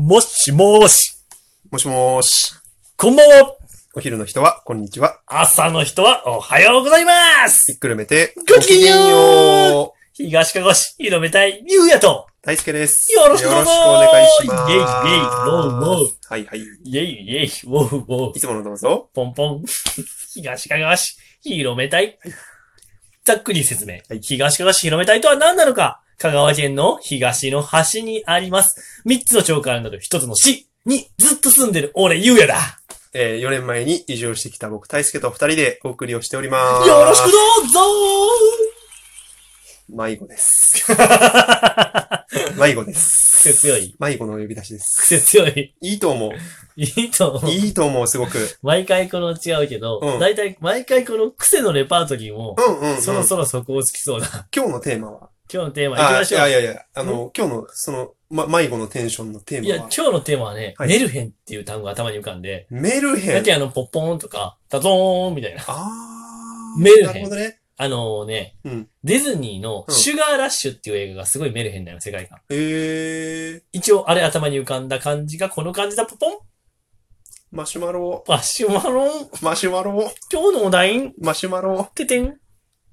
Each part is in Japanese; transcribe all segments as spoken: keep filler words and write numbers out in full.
もしもーし。 もしもーし。 こんばんは。 お昼の人は、こんにちは。 朝の人は、おはようございますひっくるめて、 ごきげんよう。 東かご市、広めたい、ゆうやと。 大輔です。 よろしくどうぞよろしくお願いします。 イェイイェイ、ウォーウォー。 はいはい。 イェイイェイ、ウォーウォー。 いつものどうぞ。 ポンポン。東かご市、広めたい。ざっくり説明。 はい、 東かご市広めたいとは何なのか。香川県の東の端にあります。三つの町からなる一つの市にずっと住んでる俺、ゆうやだ。 えー、よねんまえに移住してきた僕、大輔と二人でお送りをしております。 よろしくどうぞー迷子です。迷子です。 癖強い。 迷子の呼び出しです。 癖強い。 いいと思う。 いいと思う。 いいと思う、すごく。 毎回この違うけど、 うん、 だいたい毎回この癖のレパートリーも、 うんうん、うん、 そろそろそこをつきそうだ。 今日のテーマは今日のテーマ行きましょう。 あ、いやいやいや、あの、今日の、その、ま、迷子のテンションのテーマは。 いや、今日のテーマはね、はい、メルヘンっていう単語が頭に浮かんで。 メルヘン。 だってあの、ポッポーンとか、タゾーンみたいな。 あー。メルヘン。 なるほどね。 あのね、 うん、 ディズニーのシュガーラッシュっていう映画がすごいメルヘンだよ、世界観。 へー。 一応、あれ頭に浮かんだ感じがこの感じだ、ポポン。 マシュマロ。 マシュマロ。 マシュマロ。 今日のお題。 マシュマロ。 ててん。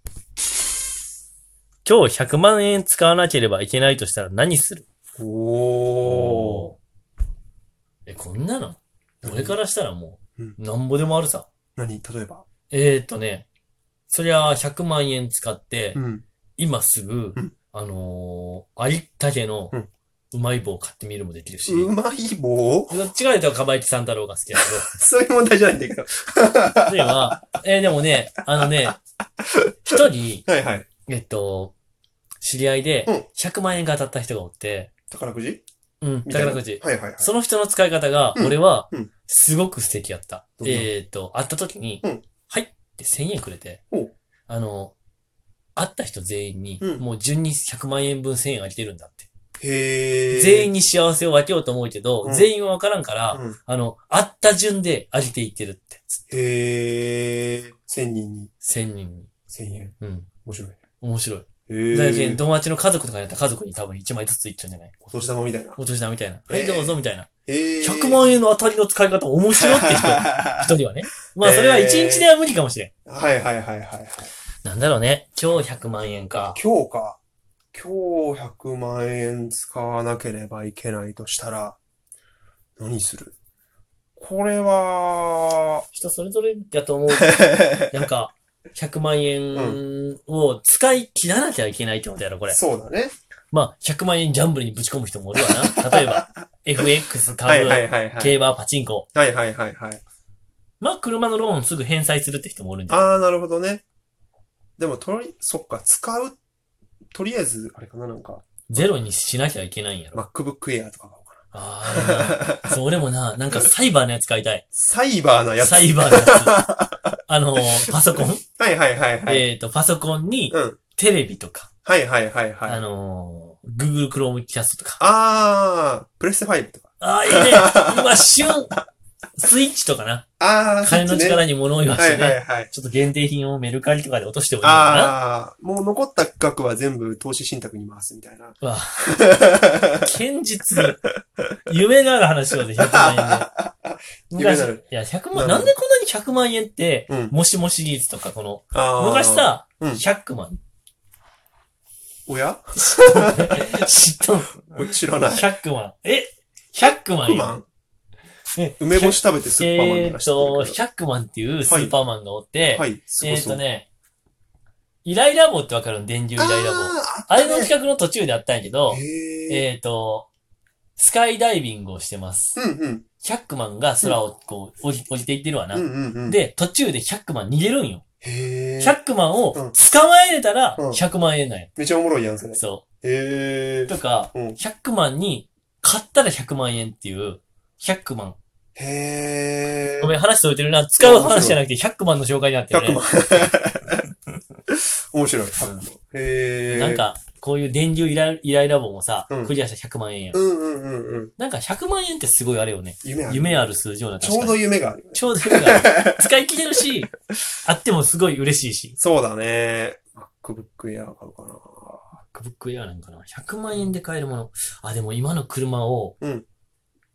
今日ひゃくまんえん使わなければいけないとしたら何する？ おー。 え、こんなの俺からしたらもう、 うん、 なんぼでもあるさ。 何例えばえーっとね、そりゃひゃくまんえん使って、うん、今すぐ、 うん、 あのー、ありったけの、うまい棒を買ってみるもできるし。 うまい棒どっちかというと、かばいきさん太郎が好きだけど。 そういう問題じゃないんだけど。 では、えー、でもね、あのね、一人、 はいはい。 えっと、知り合いで、ひゃくまんえんが当たった人がおって、 うん、宝くじうん、宝くじ。 はいはいはい。 その人の使い方が、俺はうん、 すごく素敵やった。 うん、 えっと、会った時に、 うん、 はいってせんえんくれて、あの、会った人全員に、もう順にひゃくまんえんぶんせんえんあげてるんだって。 へー。 全員に幸せを分けようと思うけど、うん、全員は分からんから、うん、あの、会った順であげていってるって。 へー。千人に。 千人に。 千円。 うん。 面白い。 面白い。 へー。 だけど、友達の家族とかになったら家族に多分いちまいずついっちゃうんじゃない？ お年玉みたいな。 お年玉みたいな。はい、どうぞみたいな。 へー。 ひゃくまんえんの当たりの使い方面白いって人。一人はね。まあ、それはいちにちでは無理かもしれん。 はいはいはいはいはい。 なんだろうね。今日ひゃくまんえんか。 今日か。今日ひゃくまんえん使わなければいけないとしたら、何する？これは、 人それぞれだと思う。なんか、ひゃくまんえんを使い切らなきゃいけないってことやろ、これ。 そうだね。 まあ、ひゃくまんえんギャンブルにぶち込む人もおるわな。例えば、エフエックス 株、はいはいはいはい、競馬、パチンコ。 はいはいはいはい。 まあ、車のローンすぐ返済するって人もおるんじゃない？ああ、なるほどね。でも、とり、そっか、使う、とりあえず、あれかな、なんか。 ゼロにしなきゃいけないんやろ。 MacBook Air とか買おうかな。 ああ、そう、俺もな、なんかサイバーのやつ買いたい。 サイバーのやつサイバーのやつ。あのー、パソコンはいはいはいはい。 えっと、パソコンに、テレビとか。 うん、はいはいはいはい。 あのー、Google Chromecast とか。 ああ、プレステファイブとか。 ああ、いいね。今、旬。スイッチとかな。 ああ、 金の力に物を言わしてね。 はいはいはい。 ちょっと限定品をメルカリとかで落としてもいいのかな。 ああ、もう残った額は全部投資信託に回すみたいな。わあ。堅実に。夢がある話をね、ひゃくまんえんで。昔、いや、ひゃくまん、なんでこんなにひゃくまんえんって、うん、もしもシリーズとかこの、昔さ、うん、ひゃくまん。 おや知っとん知らない。 ひゃくまん。え ?ひゃくまん円梅干し食べてスーパーマンえーっと、ひゃくまんっていうスーパーマンがおって、はい、はい、えーっとね、イライラ棒ってわかるの？電流イライラ棒。あ, あれの企画の途中であったんやけど、えーっと、スカイダイビングをしてます。 うんうん、 ひゃくまんが空をこう、降り、降りていってるわな、 うんうんうん。 で、途中でひゃくまん逃げるんよ。 へー。 ひゃくまんを捕まえれたらひゃくまんえんなんや。 めちゃおもろいやん、それ。 そう。 へー。 とか、うん、ひゃくまんに買ったらひゃくまんえんっていう、ひゃくまん。 へー。 ごめん、話しておいてるな。使う話じゃなくてひゃくまんの紹介になってるね。ひゃくまん。面白い。うん、へー。 なんか、こういう電流イライライラ棒もさ、うん、クリアしたらひゃくまんえんや。 うんうんうんうん。 なんかひゃくまんえんってすごいあれよね。 夢ある。 夢ある数字ような。 ちょうど夢がある、ね。 ちょうど夢がある。使い切れるし、あってもすごい嬉しいし。 そうだね。MacBook Air 買うかな。 MacBook Air なんかな。ひゃくまんえんで買えるもの。あ、でも今の車を、うん。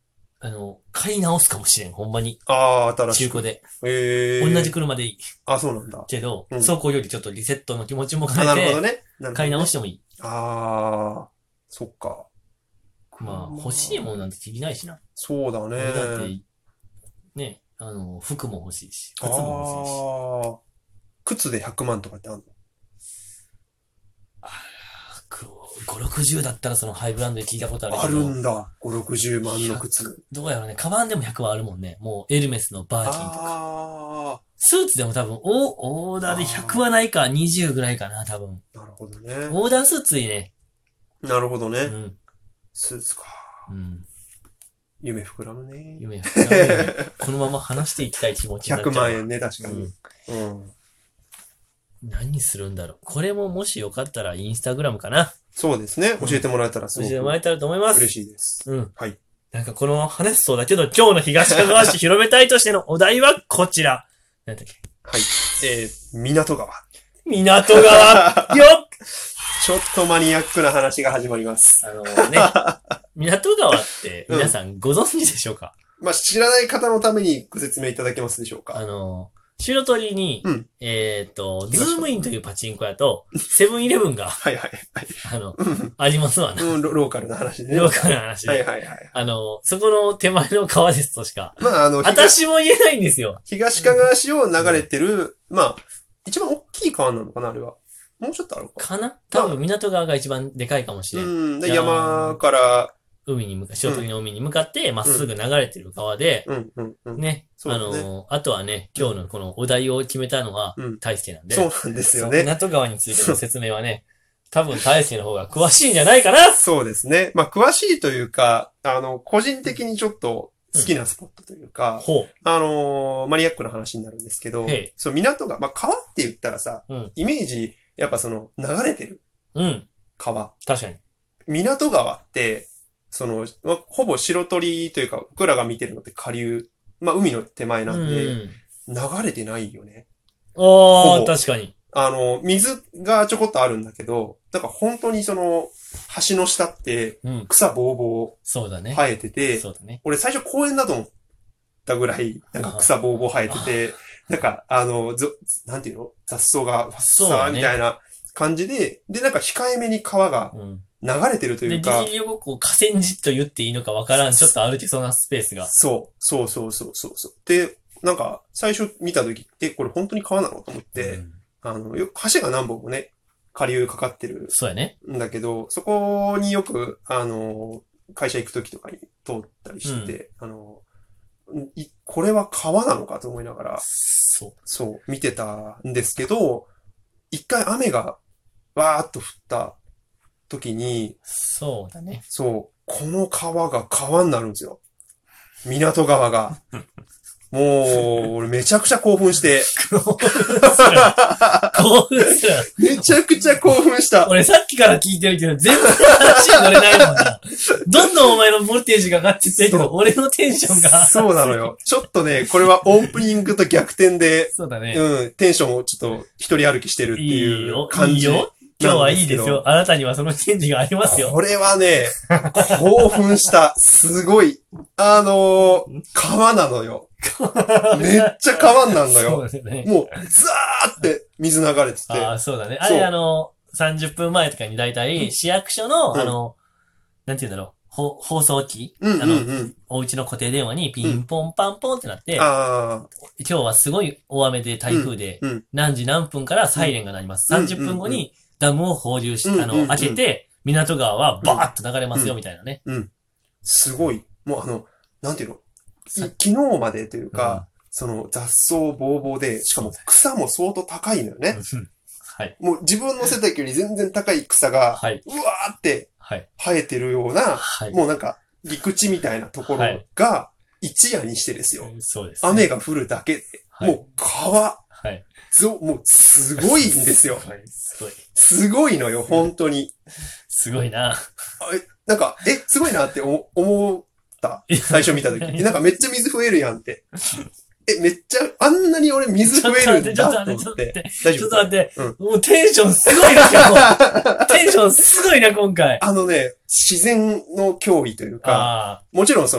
あの、買い直すかもしれん、ほんまに。 ああ、新しい。 中古で。 ええー。 同じ車でいい。 あ、そうなんだ。 けど、 うん、 走行よりちょっとリセットの気持ちも兼ねて。 なるほどね。なるほどね。 買い直してもいい。 ああ、そっか。 まあ、欲しいもんなんて気にないしな。 そうだね。 だって、ね、あの、服も欲しいし、靴も欲しいし。 ああ、靴でひゃくまんとかってあるの？ ああ、ご、ろくじゅうだったらそのハイブランドで聞いたことあるけど。 あるんだ。ご、ろくじゅうまんの靴。 どうやろうね。カバンでもひゃくはあるもんね。もうエルメスのバーキンとか。 ああ。 スーツでも多分、お、オーダーでひゃくはないか、にじゅうぐらいかな、多分。 なるほどね。 オーダースーツいいね。 なるほどね。 うん。 スーツか。 うん。 夢膨らむね。 夢膨らむね。このまま話していきたい気持ちになっちゃう。 ひゃくまんえんね、確かに。うん。うん、 何するんだろう。これももしよかったらインスタグラムかな。 そうですね。教えてもらえたらすごく、 教えてもらえたらと思います。 嬉しいです。 うん。 はい。 なんかこの話そうだけど、今日の東かがわ市広めたいとしてのお題はこちら。何だっけ。 はい。えー、港川。 港川よっちょっとマニアックな話が始まります。 あのね、港川って皆さんご存知でしょうか、 うん、まあ、知らない方のためにご説明いただけますでしょうか。 あの、白鳥に、うん、えっ、ー、と、ズームインというパチンコ屋と、セブンイレブンが、 はいはいはい。 あの、ありますわな、 うんロ。ローカルな話でね。 ローカルな話で。 はいはいはい。 あの、そこの手前の川ですとしか。 まああの、 私も言えないんですよ。 東かがわ市を流れてる、うん、まあ、一番大きい川なのかな、あれは。もうちょっとあるか。 かな多分港川が一番でかいかもしれん。 うん。で、山から、 海に向か、白鳥の海に向かって、まっすぐ流れてる川で、 うん、うん、うん。 ね。あの、あとはね、今日のこのお題を決めたのは、大輔なんで。 そうなんですよね。 港川についての説明はね、多分大輔の方が詳しいんじゃないかな。 そうですね。まあ、詳しいというか、あの、個人的にちょっと好きなスポットというか、 ほう。 あの、マニアックな話になるんですけど、そう、港が、まあ、川って言ったらさ、イメージ、やっぱその、流れてる。 うん。 川。 確かに。 港川って、その、まあ、ほぼ白鳥というか、僕らが見てるのって下流、まあ、海の手前なんで、うん、流れてないよね。 ああ、確かに。 あの、水がちょこっとあるんだけど、だから本当にその、橋の下って、草ぼうぼう、 そうだね。 生えてて、 そうだね。 俺最初公園だと思ったぐらい、なんか草ぼうぼう生えてて、なんか、あの、ぞ、なんていうの雑草が、ファッサーみたいな感じで、で、なんか控えめに川が流れてるというか。 で、ギリギリをこう、河川敷と言っていいのかわからん、ちょっと歩けそうなスペースが。 そう、そうそうそうそうそう。で、なんか、最初見た時って、これ本当に川なのと思って、うん、あの、よ橋が何本もね、下流かかってる。 そうやね。 んだけど、そこによく、あの、会社行く時とかに通ったりしてて、うん、あの、これは川なのかと思いながら、 そう。 そう、見てたんですけど、一回雨がわーっと降った時に、 そうだね。 そう、この川が川になるんですよ。港川が。もう、俺めちゃくちゃ興奮して。 興奮する。興奮する。 めちゃくちゃ興奮した。 俺さっきから聞いてるけど、全然話に乗れないもんな。どんどんお前のボルテージが上がってってるけど、俺のテンションが。 そうなのよ。ちょっとね、これはオープニングと逆転で、 そうだね。 うん、テンションをちょっと一人歩きしてるっていう感じ。いいよ。いいよ。 今日はいいですよ。あなたにはそのチェンジがありますよ。 これはね、興奮した。すごい。あのー、川なのよ。めっちゃ川になるのよ。 そうですね。 もう、ザーって水流れてて。 ああ、そうだね。あれ、あの、さんじゅっぷんまえとかにだいたい市役所の、うん、あの、なんて言うんだろう、ほ放送機、 うんうんうん、あの、 お家の固定電話にピンポンパンポンってなって、うん、 あ今日はすごい大雨で台風で、何時何分からサイレンが鳴ります。うん、さんじゅっぷんごにダムを放流し、あの、開けて、港川はバーッと流れますよ、みたいなね。 うん。うん。すごい。もうあの、なんていうの昨日までというか、うん、その雑草ぼうぼうで、しかも草も相当高いのよね。 はい。 もう自分の背丈より全然高い草が、はい、うわーって生えてるような、はい、もうなんか陸地みたいなところが一夜にしてですよ。はい、 そうです、ね。 雨が降るだけで、はい、もう川、 はい、 もうすごいんですよ。 はい、すごい。 すごいのよ、本当に。 すごいな。 え、なんか、え、すごいなって思う。最初見たとき。なんかめっちゃ水増えるやんって。え、めっちゃ、あんなに俺水増えるんだと思って。 大丈夫？ちょっと待って、うん、もうテンションすごいな、今日。テンションすごいな、今回。 あのね、自然の脅威というか、もちろんその、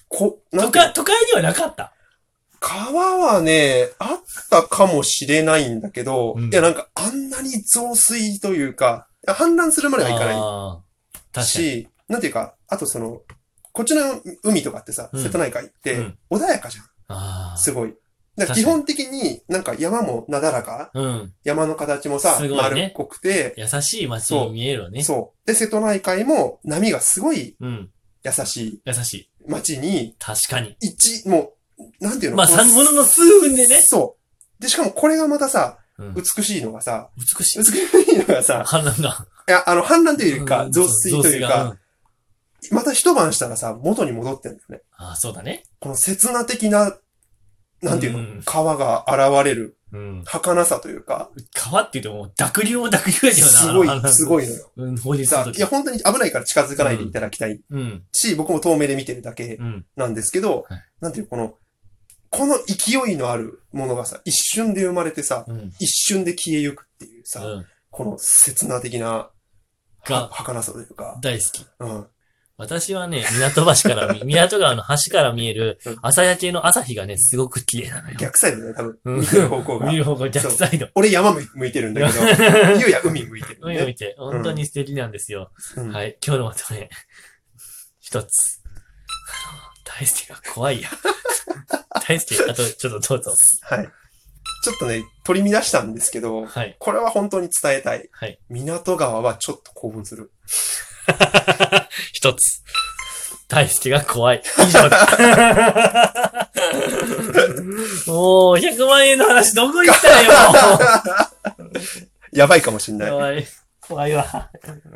こ、 都会、都会にはなかった。 川はね、あったかもしれないんだけど、うん、いやなんかあんなに増水というか、氾濫するまではいかない。あ確し、なんていうか、あとその、こっちの海とかってさ、うん、瀬戸内海って穏やかじゃん。あすごい。だから基本的になんか山もなだらか、うん、山の形もさ、ね、丸っこくて、 優しい街に見えるよね。 そう。で、瀬戸内海も波がすごい優しい。 優しい。 街に、 確かに。 一、もう、なんていうのまあ、三ものの数分でね。 そう。で、しかもこれがまたさ、うん、美しいのがさ、 美しい。 美しいのがさ、 氾濫が。 いや、あの、氾濫というか、増水というか、うん、また一晩したらさ、元に戻ってんだよね。 ああ、そうだね。 この刹那的な、なんていうの、うん、川が現れる、うん、儚さというか。 川って言っても、濁流も濁流やすよな。すごい、すごいのよ。 うん、法律さ、いや、本当に危ないから近づかないでいただきたい。うん、し、僕も遠目で見てるだけなんですけど、うんはい、なんていう、この、この勢いのあるものがさ、一瞬で生まれてさ、うん、一瞬で消えゆくっていうさ、うん、この刹那的な、が、儚さというか。 大好き。うん。私はね、港橋から見、港川の橋から見える朝焼けの朝日がね、すごく綺麗なのよ。 逆サイドね、多分。見る方向が。 見る方向逆サイド。 俺山向いてるんだけど、ゆうや海向いてる、ね。 海向いて、本当に素敵なんですよ。うん、はい、今日のまとめ。一つ。大輔が怖いや。大輔、あと、ちょっとどうぞ。 はい。ちょっとね、取り乱したんですけど、はい、これは本当に伝えたい。はい、港川はちょっと興奮する。 一つ。大輔が怖い。以上だ。もう、ひゃくまん円の話どこ行ったよ。 やばいかもしんない。 やばい。怖いわ。